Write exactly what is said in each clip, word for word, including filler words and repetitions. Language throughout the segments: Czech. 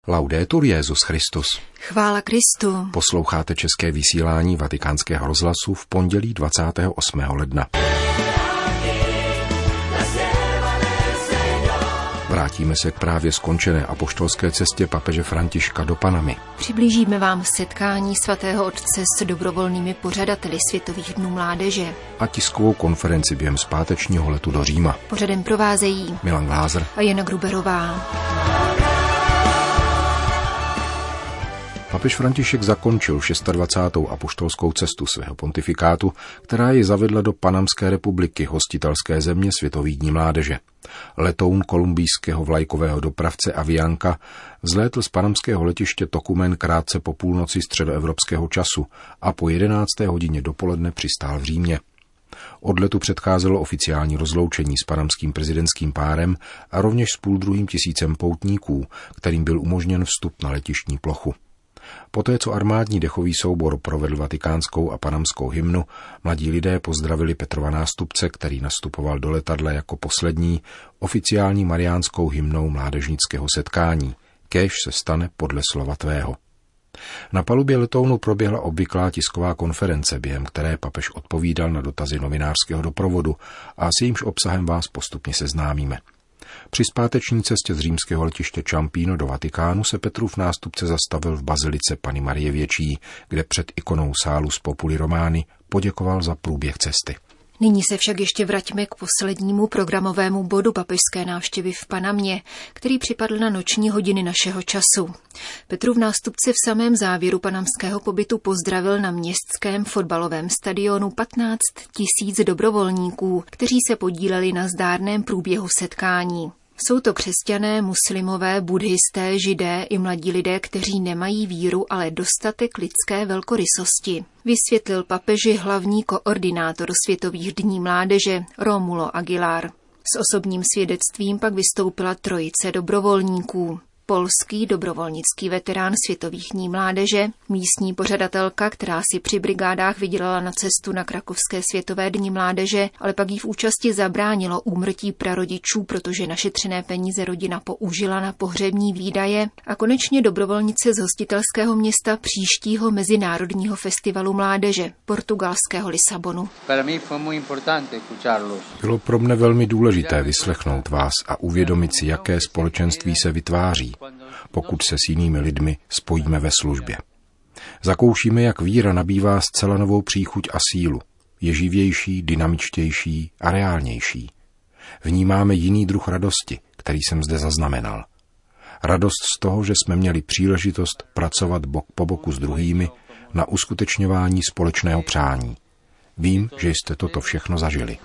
Laudetur Jesus Christus. Chvála Kristu. Posloucháte české vysílání Vatikánského rozhlasu v pondělí dvacátého osmého ledna. Vrátíme se k právě skončené apoštolské cestě papeže Františka do Panamy. Přiblížíme vám setkání svatého otce s dobrovolnými pořadateli Světových dnů mládeže A tiskovou konferenci během zpátečního letu do Říma. Pořadem provázejí Milan Glázer a Jana Gruberová. Papež František zakončil dvacátou šestou apoštolskou cestu svého pontifikátu, která ji zavedla do Panamské republiky, hostitelské země Světových dní mládeže. Letoun kolumbijského vlajkového dopravce Avianca vzlétl z panamského letiště Tocumen krátce po půlnoci středoevropského času a po jedenácté hodině dopoledne přistál v Římě. Odletu předcházelo oficiální rozloučení s panamským prezidentským párem a rovněž s půldruhým tisícem poutníků, kterým byl umožněn vstup na letištní plochu. Poté, co armádní dechový soubor provedl vatikánskou a panamskou hymnu, mladí lidé pozdravili Petrova nástupce, který nastupoval do letadla jako poslední, oficiální mariánskou hymnou mládežnického setkání. Kéž se stane podle slova tvého. Na palubě letounu proběhla obvyklá tisková konference, během které papež odpovídal na dotazy novinářského doprovodu a s jejímž obsahem vás postupně seznámíme. Při zpáteční cestě z římského letiště Ciampino do Vatikánu se Petrův nástupce zastavil v bazilice Panny Marie Větší, kde před ikonou Salus Populi Romani poděkoval za průběh cesty. Nyní se však ještě vraťme k poslednímu programovému bodu papežské návštěvy v Panamě, který připadl na noční hodiny našeho času. Petrův nástupce v samém závěru panamského pobytu pozdravil na městském fotbalovém stadionu patnáct tisíc dobrovolníků, kteří se podíleli na zdárném průběhu setkání. Jsou to křesťané, muslimové, buddhisté, židé i mladí lidé, kteří nemají víru, ale dostatek lidské velkorysosti, vysvětlil papeži hlavní koordinátor Světových dní mládeže Rómulo Aguilar. S osobním svědectvím pak vystoupila trojice dobrovolníků. Polský dobrovolnický veterán Světových dní mládeže, místní pořadatelka, která si při brigádách vydělala na cestu na krakovské Světové dny mládeže, ale pak jí v účasti zabránilo úmrtí prarodičů, protože našetřené peníze rodina použila na pohřební výdaje, a konečně dobrovolnice z hostitelského města příštího mezinárodního festivalu mládeže, portugalského Lisabonu. Bylo pro mne velmi důležité vyslechnout vás a uvědomit si, jaké společenství se vytváří, pokud se s jinými lidmi spojíme ve službě. Zakoušíme, jak víra nabývá zcela novou příchuť a sílu. Je živější, dynamičtější a reálnější. Vnímáme jiný druh radosti, který jsem zde zaznamenal. Radost z toho, že jsme měli příležitost pracovat bok po boku s druhými na uskutečňování společného přání. Vím, že jste toto všechno zažili.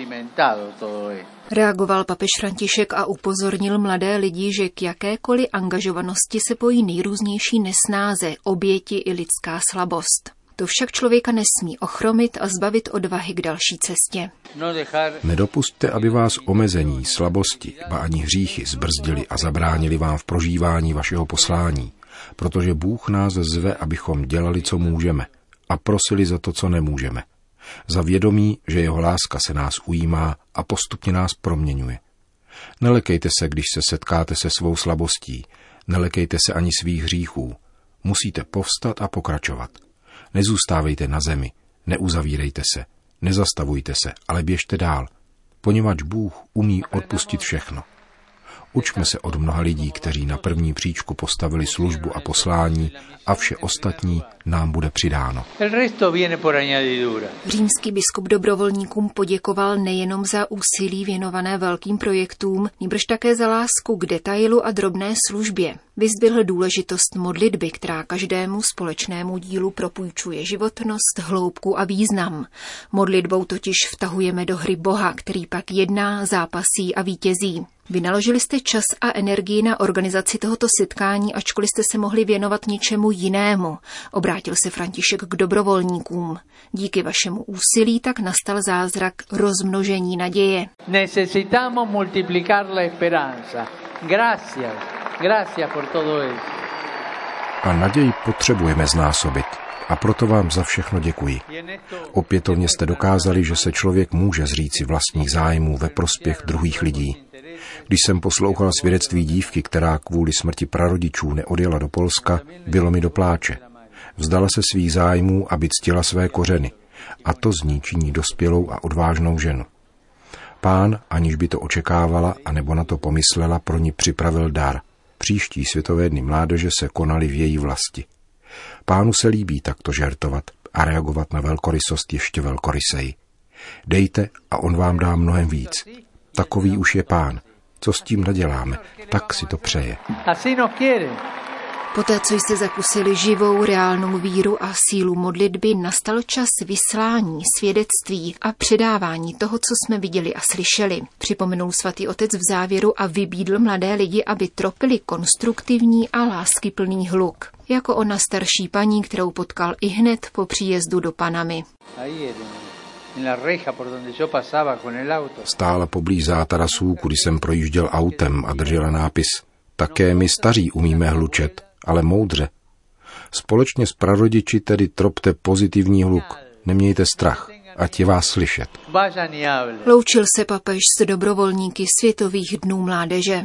Reagoval papež František a upozornil mladé lidi, že k jakékoliv angažovanosti se pojí nejrůznější nesnáze, oběti i lidská slabost. To však člověka nesmí ochromit a zbavit odvahy k další cestě. Nedopusťte, aby vás omezení, slabosti, ba ani hříchy zbrzdili a zabránili vám v prožívání vašeho poslání, protože Bůh nás zve, abychom dělali, co můžeme, a prosili za to, co nemůžeme. Za vědomí, že jeho láska se nás ujímá a postupně nás proměňuje. Nelekejte se, když se setkáte se svou slabostí, nelekejte se ani svých hříchů. Musíte povstat a pokračovat. Nezůstávejte na zemi, neuzavírejte se, nezastavujte se, ale běžte dál, poněvadž Bůh umí odpustit všechno. Učme se od mnoha lidí, kteří na první příčku postavili službu a poslání, a vše ostatní nám bude přidáno. Římský biskup dobrovolníkům poděkoval nejenom za úsilí věnované velkým projektům, nýbrž také za lásku k detailu a drobné službě. Vyzdvihl důležitost modlitby, která každému společnému dílu propůjčuje životnost, hloubku a význam. Modlitbou totiž vtahujeme do hry Boha, který pak jedná, zápasí a vítězí. Vynaložili jste čas a energii na organizaci tohoto setkání, ačkoliv jste se mohli věnovat něčemu jinému, obrátil se František k dobrovolníkům. Díky vašemu úsilí tak nastal zázrak rozmnožení naděje. Necesitamos multiplicar la esperanza. Gracias. Gracias por todo eso. A naději potřebujeme znásobit. A proto vám za všechno děkuji. Opětovně jste dokázali, že se člověk může zříci vlastních zájmů ve prospěch druhých lidí. Když jsem poslouchal svědectví dívky, která kvůli smrti prarodičů neodjela do Polska, bylo mi do pláče. Vzdala se svých zájmů, aby ctila své kořeny. A to z ní činí dospělou a odvážnou ženu. Pán, aniž by to očekávala anebo na to pomyslela, pro ní připravil dar. Příští světové dny mládeže se konaly v její vlasti. Pánu se líbí takto žertovat a reagovat na velkorysost ještě velkoryseji. Dejte a on vám dá mnohem víc. Takový už je Pán. Co s tím naděláme? Tak si to přeje. Poté, co jste zakusili živou, reálnou víru a sílu modlitby, nastal čas vyslání, svědectví a předávání toho, co jsme viděli a slyšeli. Připomenul svatý otec v závěru a vybídl mladé lidi, aby tropili konstruktivní a láskyplný hluk. Jako ona starší paní, kterou potkal i hned po příjezdu do Panamy. Stála poblíž zátarasů, kudy jsem projížděl autem a držela nápis: Také my staří umíme hlučet, ale moudře. Společně s prarodiči tedy tropte pozitivní hluk. Nemějte strach, ať je vás slyšet. Loučil se papež s dobrovolníky Světových dnů mládeže.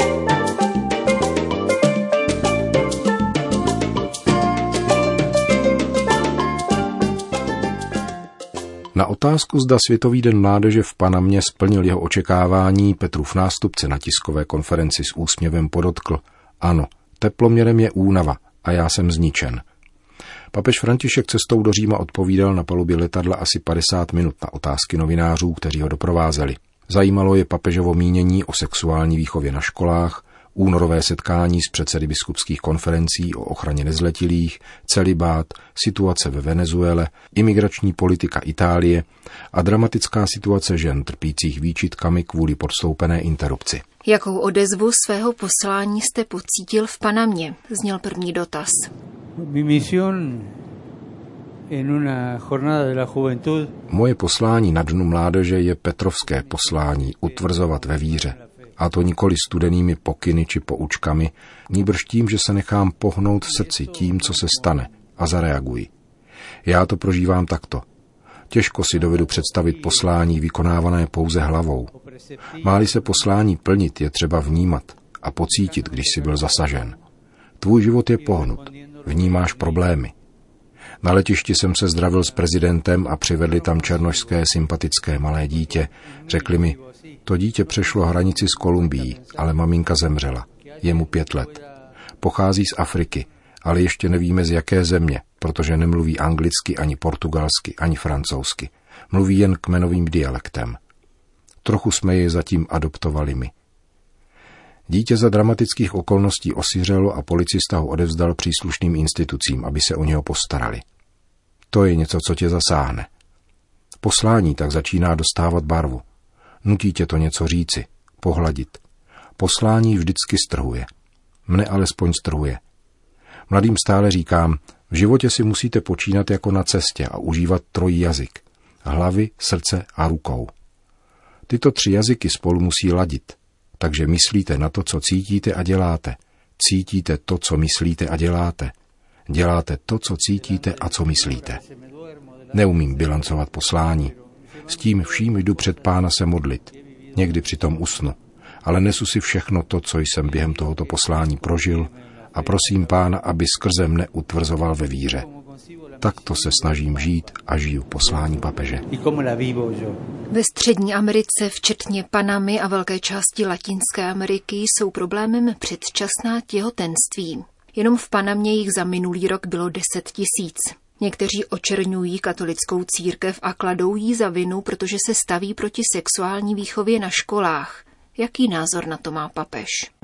Na otázku, zda Světový den mládeže v Panamě splnil jeho očekávání, Petrův nástupce na tiskové konferenci s úsměvem podotkl: Ano, teploměrem je únava a já jsem zničen. Papež František cestou do Říma odpovídal na palubě letadla asi padesát minut na otázky novinářů, kteří ho doprovázeli. Zajímalo je papežovo mínění o sexuální výchově na školách, únorové setkání s předsedy biskupských konferencí o ochraně nezletilých, celibát, situace ve Venezuele, imigrační politika Itálie a dramatická situace žen trpících výčitkami kvůli podstoupené interrupci. Jakou odezvu svého poslání jste pocítil v Panamě? Zněl první dotaz. Moje poslání na Dnu mládeže je petrovské poslání utvrzovat ve víře. A to nikoli studenými pokyny či poučkami, nýbrž tím, že se nechám pohnout v srdci tím, co se stane, a zareaguji. Já to prožívám takto. Těžko si dovedu představit poslání vykonávané pouze hlavou. Má-li se poslání plnit, je třeba vnímat a pocítit, když jsi byl zasažen. Tvůj život je pohnut, vnímáš problémy. Na letišti jsem se zdravil s prezidentem a přivedli tam černošské sympatické malé dítě. Řekli mi: To dítě přešlo hranici s Kolumbií, ale maminka zemřela. Je mu pět let. Pochází z Afriky, ale ještě nevíme z jaké země, protože nemluví anglicky, ani portugalsky, ani francouzsky. Mluví jen kmenovým dialektem. Trochu jsme je zatím adoptovali my. Dítě za dramatických okolností osiřelo a policista ho odevzdal příslušným institucím, aby se o něho postarali. To je něco, co tě zasáhne. Poslání tak začíná dostávat barvu. Nutí tě to něco říci, pohladit. Poslání vždycky strhuje. Mne alespoň strhuje. Mladým stále říkám, v životě si musíte počínat jako na cestě a užívat trojí jazyk. Hlavy, srdce a rukou. Tyto tři jazyky spolu musí ladit. Takže myslíte na to, co cítíte a děláte. Cítíte to, co myslíte a děláte. Děláte to, co cítíte a co myslíte. Neumím bilancovat poslání. S tím vším jdu před Pána se modlit. Někdy přitom usnu. Ale nesu si všechno to, co jsem během tohoto poslání prožil a prosím Pána, aby skrze mne utvrzoval ve víře. Takto se snažím žít a žiju poslání papeže. Ve Střední Americe, včetně Panamy a velké části Latinské Ameriky, jsou problémem předčasná těhotenství. Jenom v Panamě jich za minulý rok bylo deset tisíc. Někteří očerňují katolickou církev a kladou jí za vinu, protože se staví proti sexuální výchově na školách. Jaký názor na to má papež?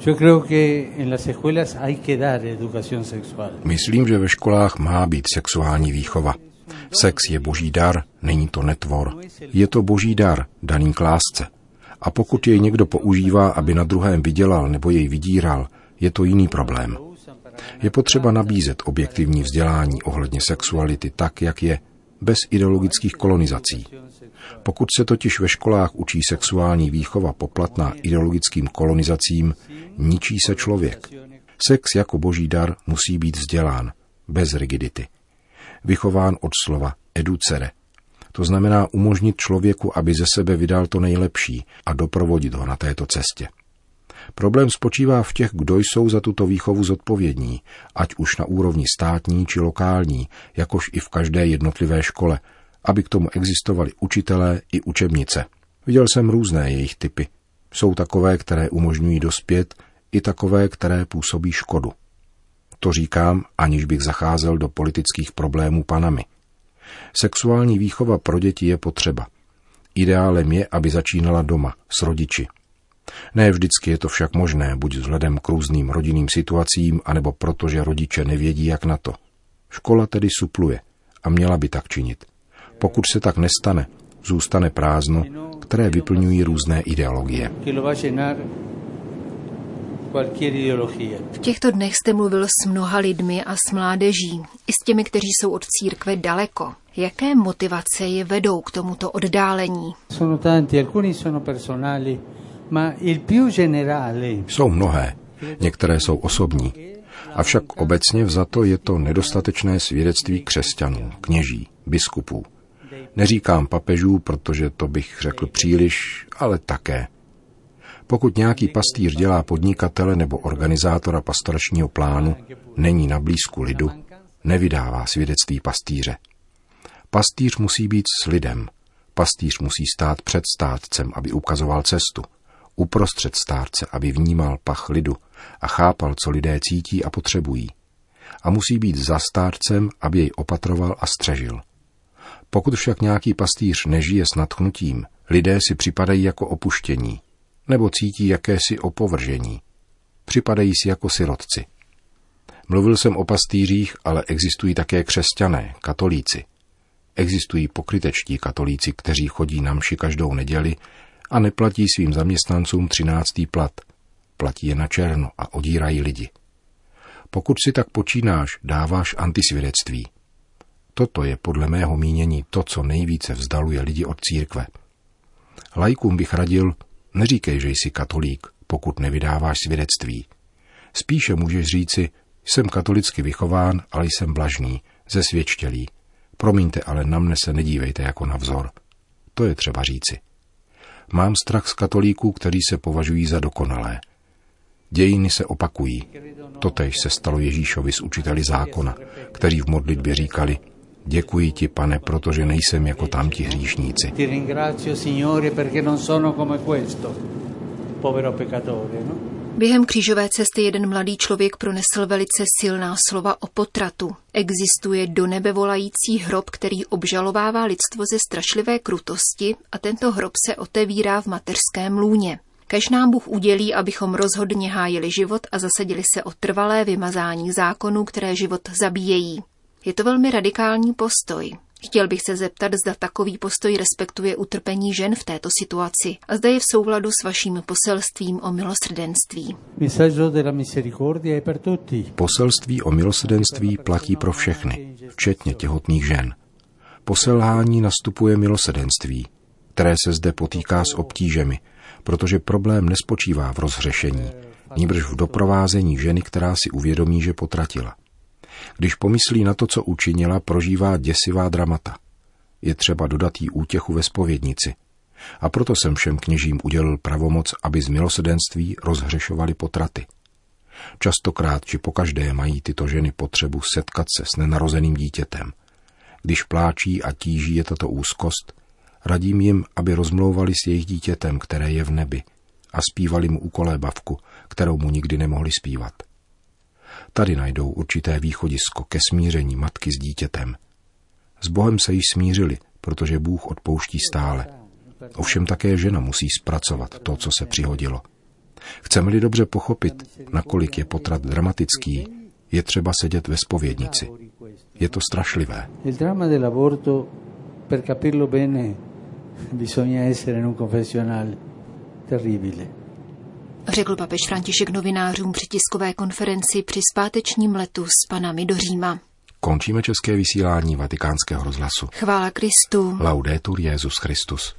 Myslím, že ve školách má být sexuální výchova. Sex je boží dar, není to netvor. Je to boží dar, daný k lásce. A pokud jej někdo používá, aby na druhém vydělal nebo jej vydíral, je to jiný problém. Je potřeba nabízet objektivní vzdělání ohledně sexuality tak, jak je, bez ideologických kolonizací. Pokud se totiž ve školách učí sexuální výchova poplatná ideologickým kolonizacím, ničí se člověk. Sex jako boží dar musí být vzdělán, bez rigidity. Vychován od slova educere. To znamená umožnit člověku, aby ze sebe vydal to nejlepší a doprovodit ho na této cestě. Problém spočívá v těch, kdo jsou za tuto výchovu zodpovědní, ať už na úrovni státní či lokální, jakož i v každé jednotlivé škole, aby k tomu existovali učitelé i učebnice. Viděl jsem různé jejich typy. Jsou takové, které umožňují dospět, i takové, které působí škodu. To říkám, aniž bych zacházel do politických problémů Panamy. Sexuální výchova pro děti je potřeba. Ideálem je, aby začínala doma, s rodiči. Ne vždycky je to však možné, buď vzhledem k různým rodinným situacím, anebo protože rodiče nevědí, jak na to. Škola tedy supluje a měla by tak činit. Pokud se tak nestane, zůstane prázdno, které vyplňují různé ideologie. V těchto dnech jste mluvil s mnoha lidmi a s mládeží, i s těmi, kteří jsou od církve daleko. Jaké motivace je vedou k tomuto oddálení? Jsou mnohé, některé jsou osobní. Avšak obecně vzato je to nedostatečné svědectví křesťanů, kněží, biskupů. Neříkám papežů, protože to bych řekl příliš, ale také. Pokud nějaký pastýř dělá podnikatele nebo organizátora pastoračního plánu, není na blízku lidu, nevydává svědectví pastýře. Pastýř musí být s lidem. Pastýř musí stát před státcem, aby ukazoval cestu. Uprostřed stárce, aby vnímal pach lidu a chápal, co lidé cítí a potřebují. A musí být za stárcem, aby jej opatroval a střežil. Pokud však nějaký pastýř nežije s nadchnutím, lidé si připadají jako opuštění, nebo cítí jakési opovržení. Připadají si jako sirotci. Mluvil jsem o pastýřích, ale existují také křesťané, katolíci. Existují pokrytečtí katolíci, kteří chodí na mši každou neděli a neplatí svým zaměstnancům třináctý plat. Platí je na černo a odírají lidi. Pokud si tak počínáš, dáváš antisvědectví. Toto je podle mého mínění to, co nejvíce vzdaluje lidi od církve. Laikům bych radil, neříkej, že jsi katolík, pokud nevydáváš svědectví. Spíše můžeš říci, jsem katolicky vychován, ale jsem blažný, zesvědčtělý. Promiňte, ale na mne se nedívejte jako na vzor. To je třeba říci. Mám strach z katolíků, kteří se považují za dokonalé. Dějiny se opakují. Totéž se stalo Ježíšovi s učiteli zákona, kteří v modlitbě říkali, děkuji ti, Pane, protože nejsem jako tamti hříšníci. Během křížové cesty jeden mladý člověk pronesl velice silná slova o potratu. Existuje do nebe volající hrob, který obžalovává lidstvo ze strašlivé krutosti a tento hrob se otevírá v mateřském lůně. Kéž nám Bůh udělí, abychom rozhodně hájili život a zasadili se o trvalé vymazání zákonů, které život zabíjejí. Je to velmi radikální postoj. Chtěl bych se zeptat, zda takový postoj respektuje utrpení žen v této situaci a zda je v souladu s vaším poselstvím o milosrdenství. Poselství o milosrdenství platí pro všechny, včetně těhotných žen. Po selhání nastupuje milosrdenství, které se zde potýká s obtížemi, protože problém nespočívá v rozhřešení, nýbrž v doprovázení ženy, která si uvědomí, že potratila. Když pomyslí na to, co učinila, prožívá děsivá dramata. Je třeba dodat jí útěchu ve zpovědnici. A proto jsem všem kněžím udělil pravomoc, aby z milosrdenství rozhřešovali potraty. Častokrát či pokaždé mají tyto ženy potřebu setkat se s nenarozeným dítětem. Když pláčí a tíží je tato úzkost, radím jim, aby rozmlouvali s jejich dítětem, které je v nebi, a zpívali mu ukolébavku, kterou mu nikdy nemohli zpívat. Tady najdou určité východisko ke smíření matky s dítětem. S Bohem se již smířili, protože Bůh odpouští stále. Ovšem také žena musí zpracovat to, co se přihodilo. Chceme-li dobře pochopit, nakolik je potrat dramatický, je třeba sedět ve zpovědnici. Je to strašlivé. Řekl papež František novinářům při tiskové konferenci při zpátečním letu z Panamy do Říma. Končíme české vysílání Vatikánského rozhlasu. Chvála Kristu. Laudetur Jesus Christus.